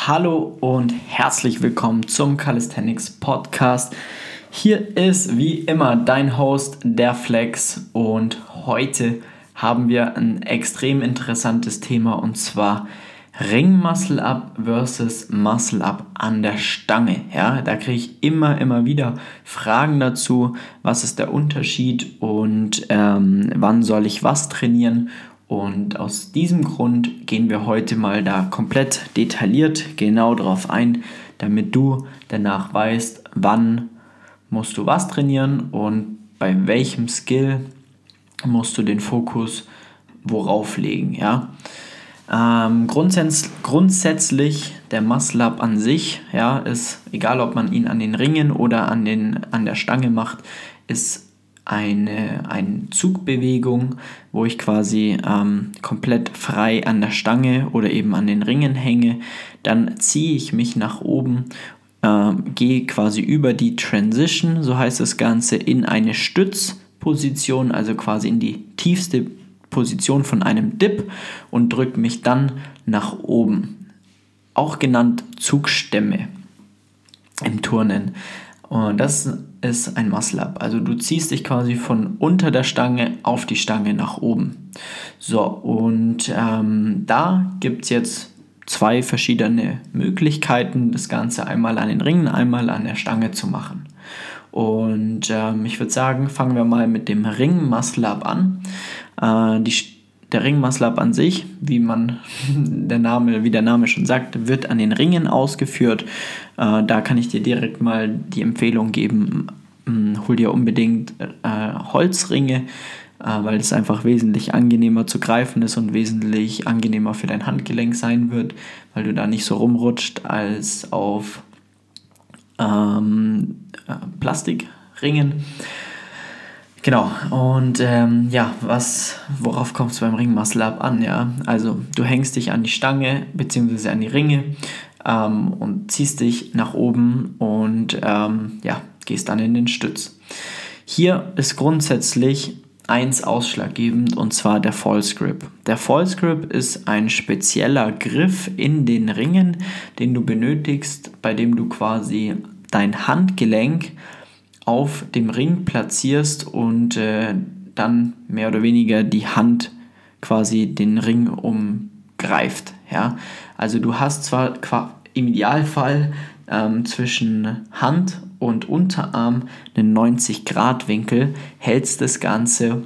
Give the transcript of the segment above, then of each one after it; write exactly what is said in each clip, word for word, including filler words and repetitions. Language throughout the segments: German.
Hallo und herzlich willkommen zum Calisthenics Podcast. Hier ist wie immer dein Host, der Flex, und heute haben wir ein extrem interessantes Thema, und zwar Ring Muscle Up versus Muscle Up an der Stange. Ja, da kriege ich immer, immer wieder Fragen dazu, was ist der Unterschied und ähm, wann soll ich was trainieren. Und aus diesem Grund gehen wir heute mal da komplett detailliert genau drauf ein, damit du danach weißt, wann musst du was trainieren und bei welchem Skill musst du den Fokus worauf legen. Ja? Ähm, grundsätz- grundsätzlich der Muscle Up an sich, ja, ist, egal ob man ihn an den Ringen oder an, den, an der Stange macht, ist eine, eine Zugbewegung, wo ich quasi ähm, komplett frei an der Stange oder eben an den Ringen hänge. Dann ziehe ich mich nach oben, äh, gehe quasi über die Transition, so heißt das Ganze, in eine Stützposition, also quasi in die tiefste Position von einem Dip, und drücke mich dann nach oben. Auch genannt Zugstämme im Turnen. Und das ist ein Muscle-Up. Also du ziehst dich quasi von unter der Stange auf die Stange nach oben. So, und ähm, da gibt es jetzt zwei verschiedene Möglichkeiten, das Ganze einmal an den Ringen, einmal an der Stange zu machen. Und ähm, ich würde sagen, fangen wir mal mit dem Ring-Muscle-Up an. Äh, die Der Ring-Muscle-Up an sich, wie man der Name, wie der Name schon sagt, wird an den Ringen ausgeführt. Äh, da kann ich dir direkt mal die Empfehlung geben, mh, hol dir unbedingt äh, Holzringe, äh, weil es einfach wesentlich angenehmer zu greifen ist und wesentlich angenehmer für dein Handgelenk sein wird, weil du da nicht so rumrutscht als auf ähm, äh, Plastikringen. Genau, und ähm, ja, was, worauf kommt es beim Ring Muscle Up an? Ja? Also du hängst dich an die Stange bzw. an die Ringe ähm, und ziehst dich nach oben und ähm, ja, gehst dann in den Stütz. Hier ist grundsätzlich eins ausschlaggebend, und zwar der False Grip. Der False Grip ist ein spezieller Griff in den Ringen, den du benötigst, bei dem du quasi dein Handgelenk auf dem Ring platzierst und äh, dann mehr oder weniger die Hand quasi den Ring umgreift. Ja? Also du hast zwar im Idealfall ähm, zwischen Hand und Unterarm einen neunzig Grad Winkel, hältst das Ganze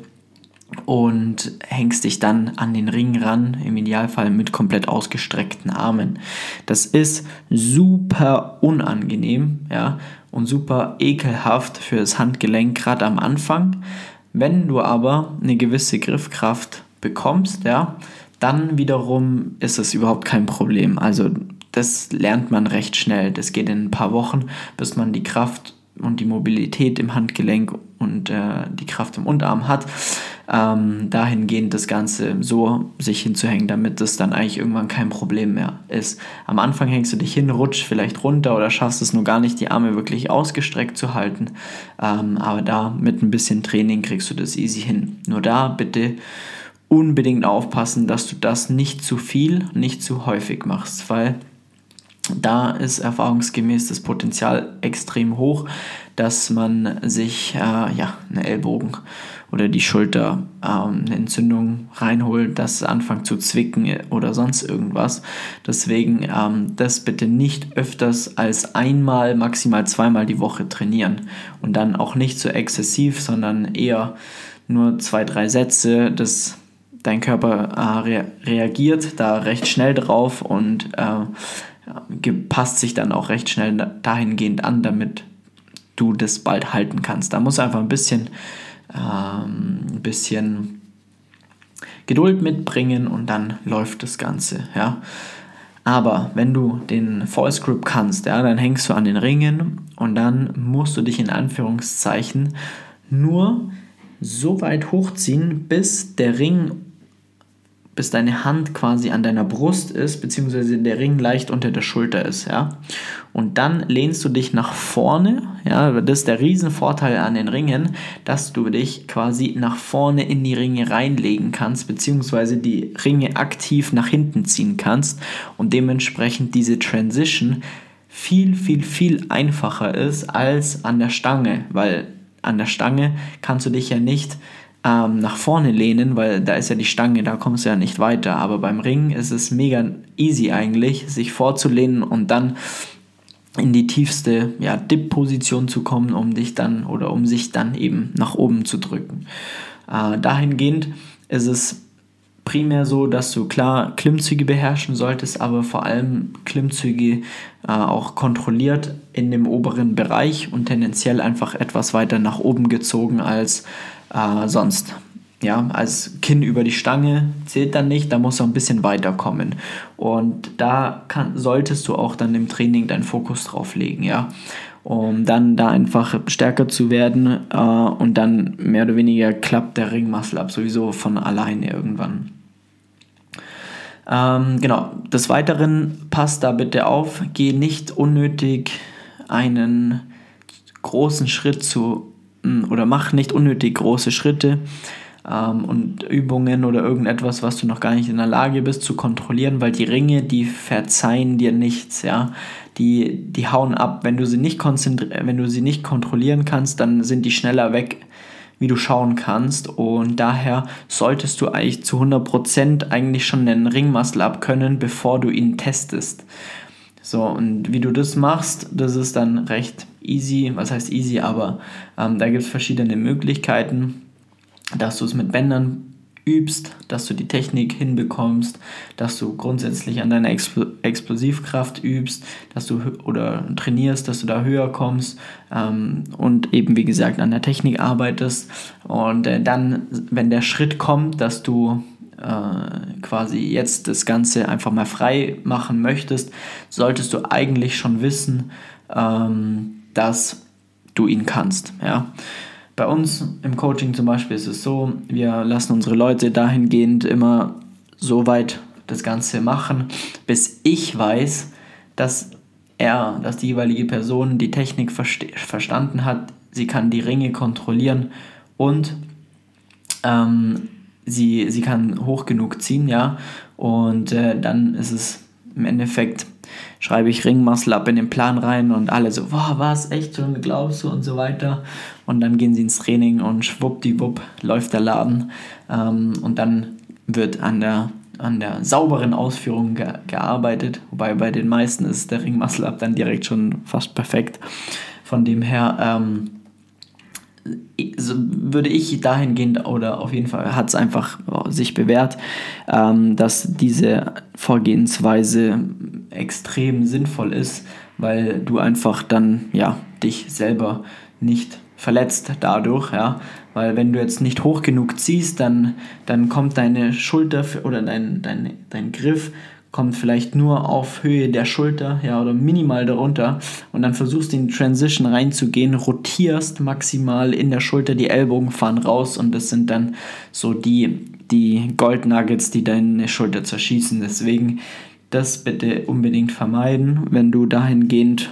und hängst dich dann an den Ring ran, im Idealfall mit komplett ausgestreckten Armen. Das ist super unangenehm, ja, und super ekelhaft für das Handgelenk, gerade am Anfang. Wenn du aber eine gewisse Griffkraft bekommst, ja, dann wiederum ist es überhaupt kein Problem. Also das lernt man recht schnell. Das geht in ein paar Wochen, bis man die Kraft und die Mobilität im Handgelenk und äh, die Kraft im Unterarm hat, ähm, dahingehend das Ganze so sich hinzuhängen, damit das dann eigentlich irgendwann kein Problem mehr ist. Am Anfang hängst du dich hin, rutschst vielleicht runter oder schaffst es nur gar nicht, die Arme wirklich ausgestreckt zu halten, ähm, aber da mit ein bisschen Training kriegst du das easy hin. Nur da bitte unbedingt aufpassen, dass du das nicht zu viel, nicht zu häufig machst, weil da ist erfahrungsgemäß das Potenzial extrem hoch, dass man sich äh, ja, einen Ellbogen oder die Schulter ähm, eine Entzündung reinholt, dass es anfängt zu zwicken oder sonst irgendwas. Deswegen ähm, das bitte nicht öfters als einmal, maximal zweimal die Woche trainieren. Und dann auch nicht so exzessiv, sondern eher nur zwei, drei Sätze. Das, dein Körper äh, re- reagiert da recht schnell drauf und äh, passt sich dann auch recht schnell dahingehend an, damit du das bald halten kannst. Da muss einfach ein bisschen, ähm, ein bisschen Geduld mitbringen und dann läuft das Ganze. Ja. Aber wenn du den False Grip kannst, ja, dann hängst du an den Ringen und dann musst du dich in Anführungszeichen nur so weit hochziehen, bis der Ring bis deine Hand quasi an deiner Brust ist, beziehungsweise der Ring leicht unter der Schulter ist, ja. Und dann lehnst du dich nach vorne, ja, das ist der Riesenvorteil an den Ringen, dass du dich quasi nach vorne in die Ringe reinlegen kannst, beziehungsweise die Ringe aktiv nach hinten ziehen kannst und dementsprechend diese Transition viel, viel, viel einfacher ist als an der Stange, weil an der Stange kannst du dich ja nicht ähm, nach vorne lehnen, weil da ist ja die Stange, da kommst du ja nicht weiter. Aber beim Ring ist es mega easy eigentlich, sich vorzulehnen und dann in die tiefste ja, Dip-Position zu kommen, um dich dann oder um sich dann eben nach oben zu drücken. Äh, dahingehend ist es primär so, dass du klar Klimmzüge beherrschen solltest, aber vor allem Klimmzüge äh, auch kontrolliert in dem oberen Bereich und tendenziell einfach etwas weiter nach oben gezogen als äh, sonst. Ja, als Kinn über die Stange zählt dann nicht, da musst du ein bisschen weiterkommen. Und da kann, solltest du auch dann im Training deinen Fokus drauf legen, ja, um dann da einfach stärker zu werden äh, und dann mehr oder weniger klappt der Ringmuscle Up sowieso von alleine irgendwann. Ähm, genau, des Weiteren, pass da bitte auf, geh nicht unnötig einen großen Schritt zu, oder mach nicht unnötig große Schritte ähm, und Übungen oder irgendetwas, was du noch gar nicht in der Lage bist zu kontrollieren, weil die Ringe, die verzeihen dir nichts, ja, die, die hauen ab, wenn du sie nicht konzentri- wenn du sie nicht kontrollieren kannst, dann sind die schneller weg, wie du schauen kannst, und daher solltest du eigentlich zu hundert Prozent eigentlich schon den Ringmuscle Up können, bevor du ihn testest. So, und wie du das machst, das ist dann recht easy, was heißt easy, aber ähm, da gibt es verschiedene Möglichkeiten, dass du es mit Bändern übst, dass du die Technik hinbekommst, dass du grundsätzlich an deiner Expl- Explosivkraft übst, dass du hö- oder trainierst, dass du da höher kommst ähm, und eben wie gesagt an der Technik arbeitest, und äh, dann, wenn der Schritt kommt, dass du äh, quasi jetzt das Ganze einfach mal frei machen möchtest, solltest du eigentlich schon wissen, ähm, dass du ihn kannst, ja. Bei uns im Coaching zum Beispiel ist es so, wir lassen unsere Leute dahingehend immer so weit das Ganze machen, bis ich weiß, dass er, dass die jeweilige Person die Technik verste- verstanden hat, sie kann die Ringe kontrollieren und ähm, sie, sie kann hoch genug ziehen, ja, und äh, dann ist es im Endeffekt, schreibe ich Ringmuscle Up in den Plan rein und alle so, wow, was, echt schon, glaubst du, und so weiter. Und dann gehen sie ins Training und schwuppdiwupp läuft der Laden. Ähm, und dann wird an der, an der sauberen Ausführung ge- gearbeitet. Wobei bei den meisten ist der Ringmuscle Up dann direkt schon fast perfekt. Von dem her ähm, so würde ich dahingehend, oder auf jeden Fall hat es einfach sich bewährt, ähm, dass diese Vorgehensweise extrem sinnvoll ist, weil du einfach dann ja dich selber nicht verletzt dadurch, ja, weil wenn du jetzt nicht hoch genug ziehst, dann, dann kommt deine Schulter oder dein, dein, dein Griff kommt vielleicht nur auf Höhe der Schulter, ja, oder minimal darunter, und dann versuchst du in die Transition reinzugehen, rotierst maximal in der Schulter, die Ellbogen fahren raus, und das sind dann so die, die Gold Nuggets, die deine Schulter zerschießen. Deswegen das bitte unbedingt vermeiden, wenn du dahingehend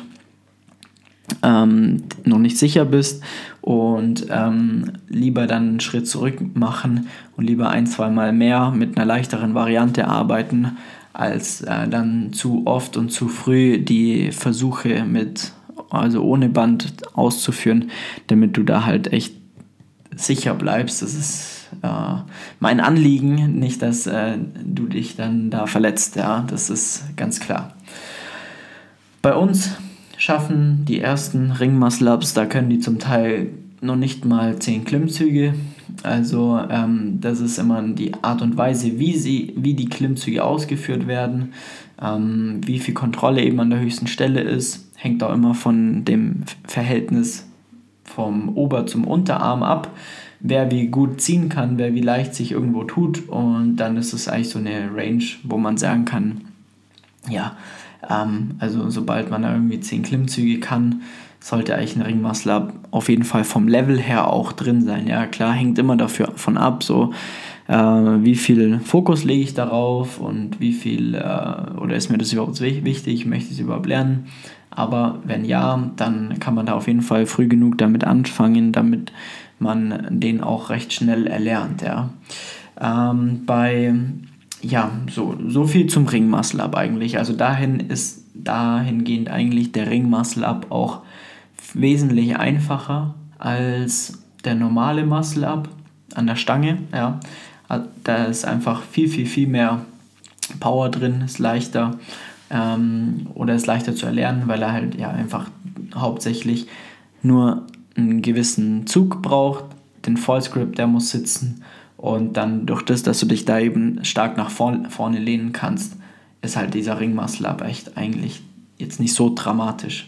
ähm, noch nicht sicher bist, und ähm, lieber dann einen Schritt zurück machen und lieber ein, zwei Mal mehr mit einer leichteren Variante arbeiten, als äh, dann zu oft und zu früh die Versuche mit, also ohne Band auszuführen, damit du da halt echt sicher bleibst. Das ist äh, mein Anliegen, nicht, dass äh, du dich dann da verletzt, ja, das ist ganz klar. Bei uns schaffen die ersten Ringmuscle Ups, da können die zum Teil noch nicht mal zehn Klimmzüge. Also ähm, das ist immer die Art und Weise, wie, sie, wie die Klimmzüge ausgeführt werden, ähm, wie viel Kontrolle eben an der höchsten Stelle ist, hängt auch immer von dem Verhältnis vom Ober- zum Unterarm ab, wer wie gut ziehen kann, wer wie leicht sich irgendwo tut, und dann ist es eigentlich so eine Range, wo man sagen kann, ja, ähm, also sobald man da irgendwie zehn Klimmzüge kann, sollte eigentlich ein Ringmuscle Up auf jeden Fall vom Level her auch drin sein. Ja, klar, hängt immer davon ab, so äh, wie viel Fokus lege ich darauf und wie viel, äh, oder ist mir das überhaupt wichtig, möchte ich es überhaupt lernen? Aber wenn ja, dann kann man da auf jeden Fall früh genug damit anfangen, damit man den auch recht schnell erlernt. Ja. Ähm, bei, ja, so, so viel zum Ring Muscle Up eigentlich. Also dahin ist dahingehend eigentlich der Ring Muscle Up auch wesentlich einfacher als der normale Muscle Up an der Stange. Ja. Da ist einfach viel, viel, viel mehr Power drin, ist leichter ähm, oder ist leichter zu erlernen, weil er halt ja einfach hauptsächlich nur einen gewissen Zug braucht. Den False Grip, der muss sitzen, und dann durch das, dass du dich da eben stark nach vorne, vorne lehnen kannst, ist halt dieser Ring Muscle Up echt eigentlich jetzt nicht so dramatisch.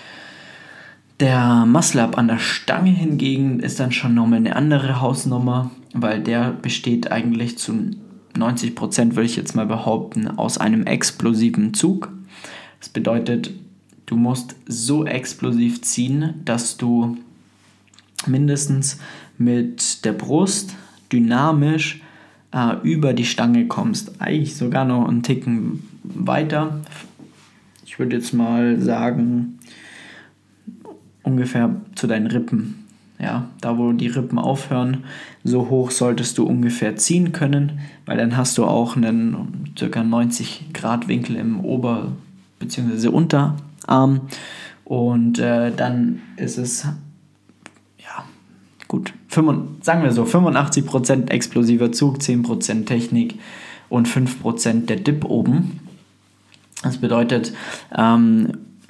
Der Muscle Up an der Stange hingegen ist dann schon nochmal eine andere Hausnummer, weil der besteht eigentlich zu neunzig Prozent, würde ich jetzt mal behaupten, aus einem explosiven Zug. Das bedeutet, du musst so explosiv ziehen, dass du mindestens mit der Brust dynamisch äh, über die Stange kommst. Eigentlich sogar noch einen Ticken weiter. Ich würde jetzt mal sagen, ungefähr zu deinen Rippen. Ja, da wo die Rippen aufhören, so hoch solltest du ungefähr ziehen können, weil dann hast du auch einen ca. neunzig Grad Winkel im Ober- bzw. Unterarm, und äh, dann ist es, ja, gut, sagen wir so, fünfundachtzig Prozent explosiver Zug, zehn Prozent Technik und fünf Prozent der Dip oben. Das bedeutet, ähm,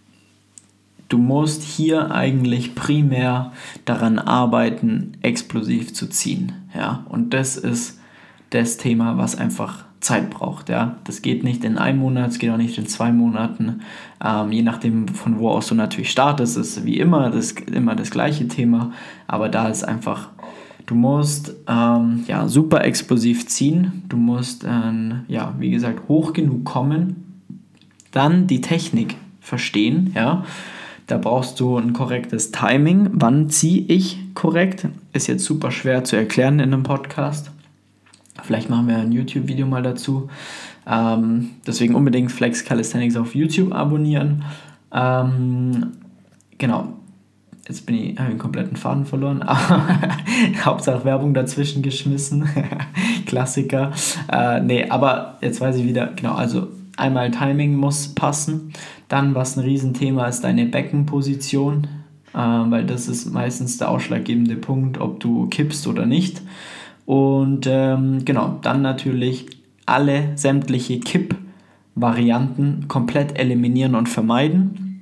du musst hier eigentlich primär daran arbeiten, explosiv zu ziehen. Ja? Und das ist das Thema, was einfach Zeit braucht. Ja? Das geht nicht in einem Monat, es geht auch nicht in zwei Monaten. Ähm, je nachdem, von wo aus du natürlich startest, ist wie immer das, immer das gleiche Thema. Aber da ist einfach, du musst ähm, ja, super explosiv ziehen. Du musst, ähm, ja, wie gesagt, hoch genug kommen. Dann die Technik verstehen, ja. Da brauchst du ein korrektes Timing. Wann ziehe ich korrekt? Ist jetzt super schwer zu erklären in einem Podcast. Vielleicht machen wir ein YouTube-Video mal dazu. Ähm, deswegen unbedingt Flex Calisthenics auf YouTube abonnieren. Ähm, genau. Jetzt bin ich, habe ich den kompletten Faden verloren. Hauptsache Werbung dazwischen geschmissen. Klassiker. Äh, nee, aber jetzt weiß ich wieder, genau, also einmal Timing muss passen. Dann, was ein Riesenthema ist, deine Beckenposition, äh, weil das ist meistens der ausschlaggebende Punkt, ob du kippst oder nicht. Und ähm, genau, dann natürlich alle sämtliche Kipp-Varianten komplett eliminieren und vermeiden.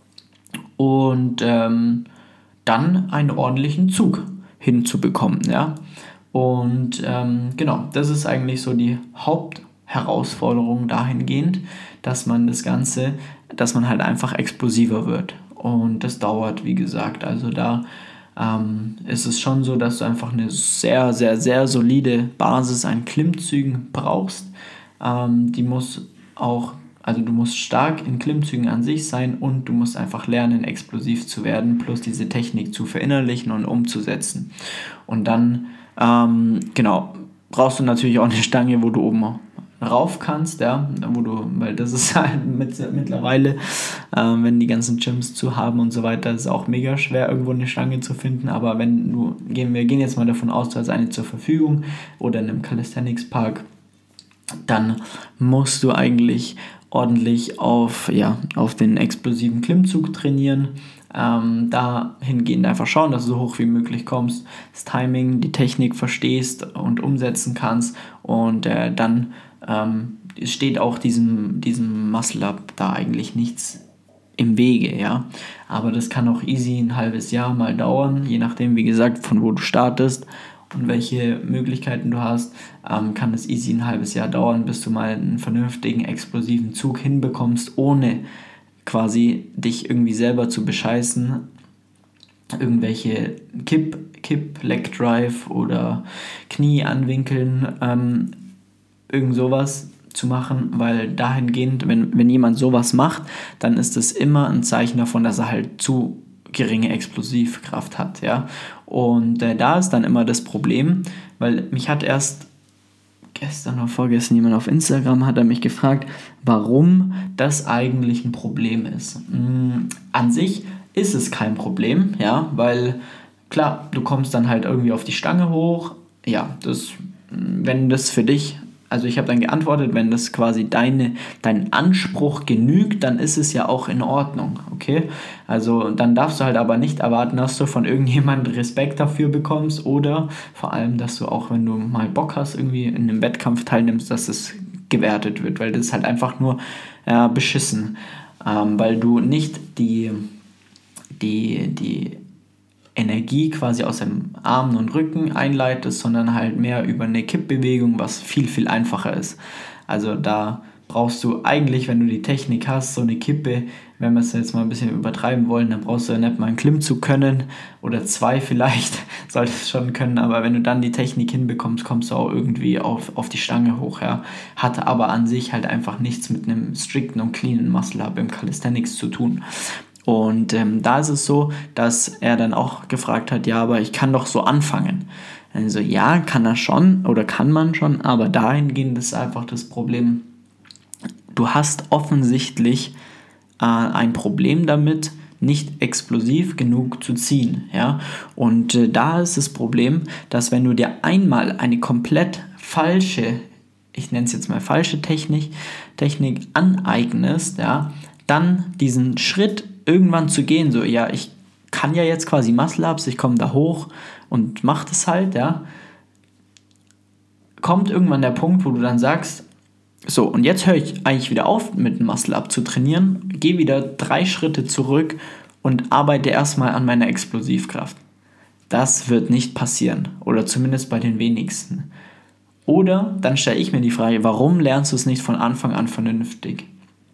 Und ähm, dann einen ordentlichen Zug hinzubekommen. Ja? Und ähm, genau, das ist eigentlich so die Hauptherausforderung dahingehend, dass man das Ganze, dass man halt einfach explosiver wird. Und das dauert, wie gesagt. Also da ähm, ist es schon so, dass du einfach eine sehr, sehr, sehr solide Basis an Klimmzügen brauchst. Ähm, die muss auch, also du musst stark in Klimmzügen an sich sein, und du musst einfach lernen, explosiv zu werden, plus diese Technik zu verinnerlichen und umzusetzen. Und dann, ähm, genau, brauchst du natürlich auch eine Stange, wo du oben rauf kannst, ja, wo du, weil das ist halt mit, mittlerweile, äh, wenn die ganzen Gyms zu haben und so weiter, ist es auch mega schwer, irgendwo eine Stange zu finden. Aber wenn du, gehen wir gehen jetzt mal davon aus, du hast eine zur Verfügung oder in einem Calisthenics Park, dann musst du eigentlich ordentlich auf, ja, auf den explosiven Klimmzug trainieren. Ähm, dahingehend einfach schauen, dass du so hoch wie möglich kommst, das Timing, die Technik verstehst und umsetzen kannst, und äh, dann ähm, steht auch diesem, diesem Muscle-Up da eigentlich nichts im Wege, ja. Aber das kann auch easy ein halbes Jahr mal dauern, je nachdem, wie gesagt, von wo du startest und welche Möglichkeiten du hast, ähm, kann es easy ein halbes Jahr dauern, bis du mal einen vernünftigen, explosiven Zug hinbekommst, ohne quasi dich irgendwie selber zu bescheißen, irgendwelche Kipp, Kipp, Leg Drive oder Knie anwinkeln, ähm, irgend sowas zu machen, weil dahingehend, wenn, wenn jemand sowas macht, dann ist es immer ein Zeichen davon, dass er halt zu geringe Explosivkraft hat, ja. Und äh, da ist dann immer das Problem, weil mich hat erst gestern oder vorgestern jemand auf Instagram hat er mich gefragt, warum das eigentlich ein Problem ist. Mm, an sich ist es kein Problem, ja, weil klar, du kommst dann halt irgendwie auf die Stange hoch. Ja, das, wenn das für dich, also ich habe dann geantwortet, wenn das quasi deine, dein Anspruch genügt, dann ist es ja auch in Ordnung, okay? Also dann darfst du halt aber nicht erwarten, dass du von irgendjemandem Respekt dafür bekommst oder vor allem, dass du auch, wenn du mal Bock hast, irgendwie in einem Wettkampf teilnimmst, dass es gewertet wird, weil das ist halt einfach nur äh, beschissen, ähm, weil du nicht die, die, die Energie quasi aus dem Armen und Rücken einleitest, sondern halt mehr über eine Kippbewegung, was viel, viel einfacher ist. Also da brauchst du eigentlich, wenn du die Technik hast, so eine Kippe, wenn wir es jetzt mal ein bisschen übertreiben wollen, dann brauchst du ja nicht mal einen Klimmzug können oder zwei vielleicht, solltest du schon können, aber wenn du dann die Technik hinbekommst, kommst du auch irgendwie auf, auf die Stange hoch, ja. Hat aber an sich halt einfach nichts mit einem strikten und cleanen Muscle-Up im Calisthenics zu tun. Und ähm, da ist es so, dass er dann auch gefragt hat, ja, aber ich kann doch so anfangen. Also ja, kann er schon oder kann man schon, aber dahingehend ist einfach das Problem, du hast offensichtlich äh, ein Problem damit, nicht explosiv genug zu ziehen. Ja? Und äh, da ist das Problem, dass wenn du dir einmal eine komplett falsche, ich nenne es jetzt mal falsche Technik, Technik aneignest, ja, dann diesen Schritt irgendwann zu gehen, so, ja, ich kann ja jetzt quasi Muscle-Ups, ich komme da hoch und mache das halt, ja, kommt irgendwann der Punkt, wo du dann sagst, so, und jetzt höre ich eigentlich wieder auf, mit dem Muscle-Up zu trainieren, gehe wieder drei Schritte zurück und arbeite erstmal an meiner Explosivkraft. Das wird nicht passieren, oder zumindest bei den wenigsten. Oder dann stelle ich mir die Frage, warum lernst du es nicht von Anfang an vernünftig?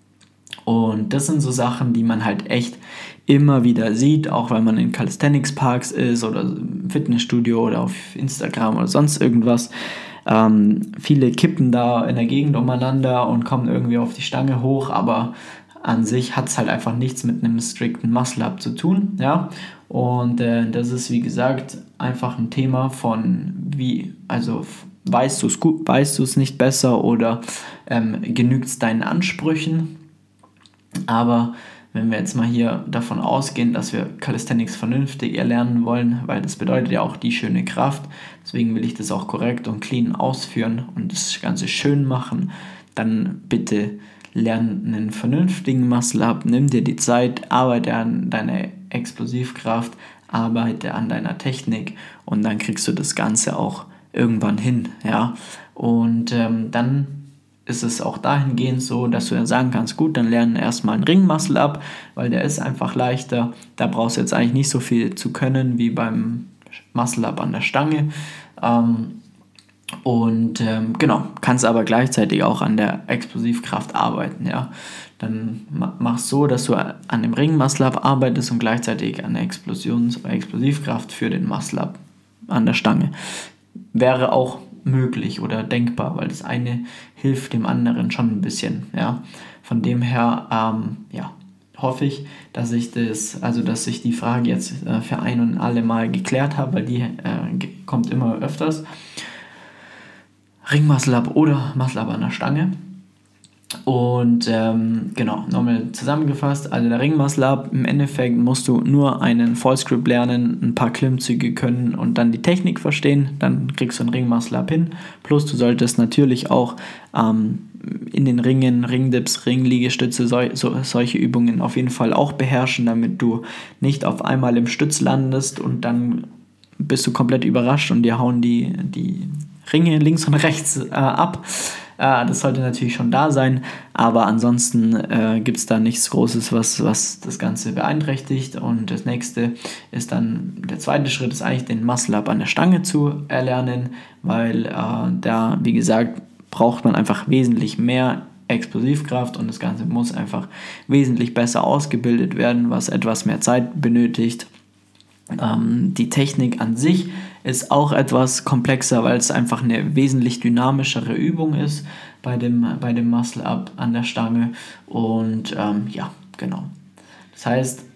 Und das sind so Sachen, die man halt echt immer wieder sieht, auch wenn man in Calisthenics-Parks ist oder im Fitnessstudio oder auf Instagram oder sonst irgendwas. Ähm, viele kippen da in der Gegend umeinander und kommen irgendwie auf die Stange hoch, aber an sich hat es halt einfach nichts mit einem strikten Muscle-Up zu tun. Ja? Und äh, das ist, wie gesagt, einfach ein Thema von wie, also weißt du es gut, weißt du es nicht besser oder ähm, genügt es deinen Ansprüchen? Aber wenn wir jetzt mal hier davon ausgehen, dass wir Calisthenics vernünftig erlernen wollen, weil das bedeutet ja auch die schöne Kraft, deswegen will ich das auch korrekt und clean ausführen und das Ganze schön machen, dann bitte lern einen vernünftigen Muscle-Up, nimm dir die Zeit, arbeite an deiner Explosivkraft, arbeite an deiner Technik und dann kriegst du das Ganze auch irgendwann hin, ja. Und ähm, dann ist es auch dahingehend so, dass du dann sagen kannst, gut, dann lernen erstmal einen Ring-Muscle-Up, weil der ist einfach leichter. Da brauchst du jetzt eigentlich nicht so viel zu können wie beim Muscle-Up an der Stange. Ähm, und ähm, genau, kannst aber gleichzeitig auch an der Explosivkraft arbeiten. Ja? Dann machst du so, dass du an dem Ring-Muscle-Up arbeitest und gleichzeitig an der Explosions- Explosivkraft für den Muscle-Up an der Stange. Wäre auch möglich oder denkbar, weil das eine hilft dem anderen schon ein bisschen, ja. Von dem her, ähm, ja, hoffe ich, dass ich das, also dass ich die Frage jetzt äh, für ein und alle Mal geklärt habe, weil die äh, kommt immer öfters. Ring Muscle-Up oder Muscle-Up an der Stange. Und ähm, genau, nochmal zusammengefasst, also der Ring Muscle-Up, im Endeffekt musst du nur einen Vollscript lernen, ein paar Klimmzüge können und dann die Technik verstehen, dann kriegst du einen Ring Muscle-Up hin, plus du solltest natürlich auch ähm, in den Ringen, Ringdips, Ringliegestütze, so, so, solche Übungen auf jeden Fall auch beherrschen, damit du nicht auf einmal im Stütz landest und dann bist du komplett überrascht und dir hauen die, die Ringe links und rechts äh, ab. Äh, das sollte natürlich schon da sein, aber ansonsten äh, gibt es da nichts Großes, was, was das Ganze beeinträchtigt. Und das nächste ist dann, der zweite Schritt ist eigentlich den Muscle-Up an der Stange zu erlernen, weil äh, da, wie gesagt, braucht man einfach wesentlich mehr Explosivkraft und das Ganze muss einfach wesentlich besser ausgebildet werden, was etwas mehr Zeit benötigt. Ähm, die Technik an sich ist auch etwas komplexer, weil es einfach eine wesentlich dynamischere Übung ist bei dem, bei dem Muscle-Up an der Stange. Und ähm, ja, genau. Das heißt,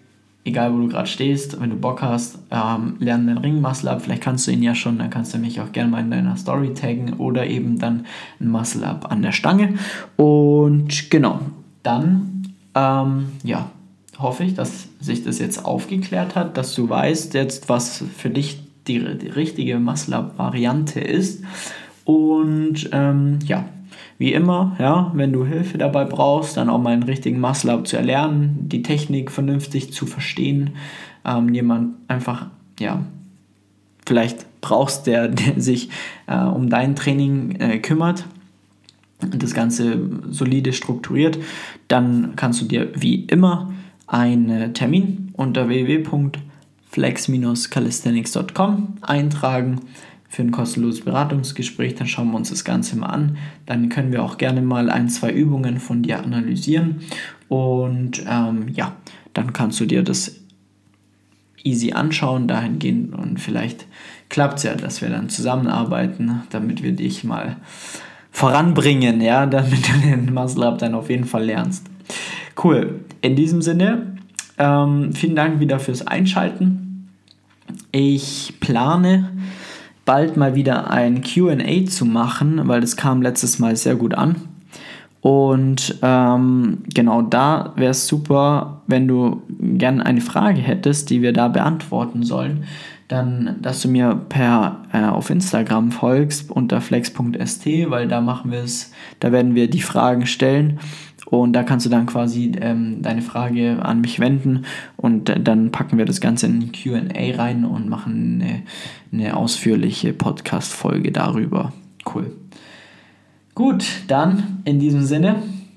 egal wo du gerade stehst, wenn du Bock hast, ähm, lern den Ring-Muscle Up. Vielleicht kannst du ihn ja schon, dann kannst du mich auch gerne mal in deiner Story taggen oder eben dann ein Muscle Up an der Stange. Und genau, dann ähm, ja, hoffe ich, dass sich das jetzt aufgeklärt hat, dass du weißt jetzt, was für dich die, die richtige Muscle Up Variante ist. Und ähm, ja, wie immer, ja, wenn du Hilfe dabei brauchst, dann auch mal einen richtigen Muscle Up zu erlernen, die Technik vernünftig zu verstehen, ähm, jemand einfach, ja, vielleicht brauchst, der, der sich äh, um dein Training äh, kümmert und das Ganze solide strukturiert, dann kannst du dir wie immer einen Termin unter w w w punkt flex dash calisthenics punkt com eintragen für ein kostenloses Beratungsgespräch. Dann schauen wir uns das Ganze mal an. Dann können wir auch gerne mal ein, zwei Übungen von dir analysieren und ähm, ja, dann kannst du dir das easy anschauen dahingehend und vielleicht klappt es ja, dass wir dann zusammenarbeiten, damit wir dich mal voranbringen, ja, damit du den Muscle Up dann auf jeden Fall lernst. Cool, in diesem Sinne, ähm, vielen Dank wieder fürs Einschalten. Ich plane bald mal wieder ein Q and A zu machen, weil das kam letztes Mal sehr gut an. Und ähm, genau da wäre es super, wenn du gerne eine Frage hättest, die wir da beantworten sollen, dann, dass du mir per äh, auf Instagram folgst unter flex punkt s t, weil da machen wir es, da werden wir die Fragen stellen und da kannst du dann quasi ähm, deine Frage an mich wenden und äh, dann packen wir das Ganze in Q and A rein und machen eine, eine ausführliche Podcast-Folge darüber. Cool. Gut, dann in diesem Sinne,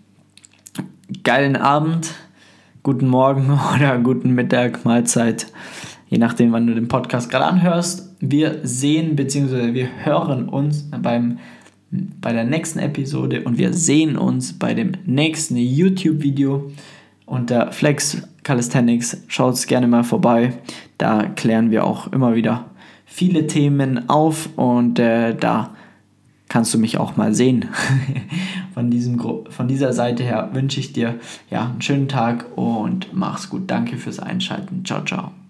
geilen Abend, guten Morgen oder guten Mittag, Mahlzeit, je nachdem, wann du den Podcast gerade anhörst. Wir sehen bzw. wir hören uns beim, bei der nächsten Episode und wir sehen uns bei dem nächsten YouTube-Video unter Flex Calisthenics. Schaut gerne mal vorbei, da klären wir auch immer wieder viele Themen auf und äh, da kannst du mich auch mal sehen. Von, diesem, von dieser Seite her wünsche ich dir ja, einen schönen Tag und mach's gut. Danke fürs Einschalten. Ciao, ciao.